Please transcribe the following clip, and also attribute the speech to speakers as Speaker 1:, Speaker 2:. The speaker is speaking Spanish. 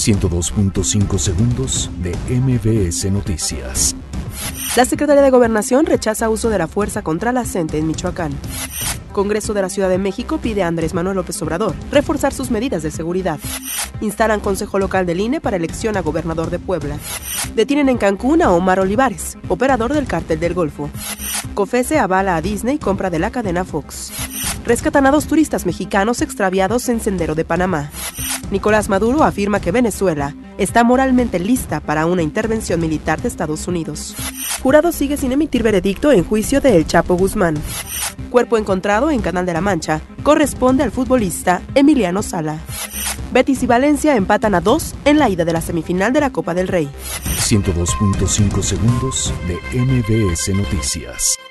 Speaker 1: 102.5 segundos de MBS Noticias.
Speaker 2: La Secretaría de Gobernación rechaza uso de la fuerza contra la gente en Michoacán. Congreso de la Ciudad de México pide a Andrés Manuel López Obrador reforzar sus medidas de seguridad. Instalan Consejo Local del INE para elección a gobernador de Puebla. Detienen en Cancún a Omar Olivares, operador del Cártel del Golfo. COFESE avala a Disney compra de la cadena Fox. Rescatan a 2 turistas mexicanos extraviados en Sendero de Panamá. Nicolás Maduro afirma que Venezuela está moralmente lista para una intervención militar de Estados Unidos. Jurado sigue sin emitir veredicto en juicio de El Chapo Guzmán. Cuerpo encontrado en Canal de la Mancha corresponde al futbolista Emiliano Sala. Betis y Valencia empatan a 2 en la ida de la semifinal de la Copa del Rey.
Speaker 1: 102.5 segundos de MBS Noticias.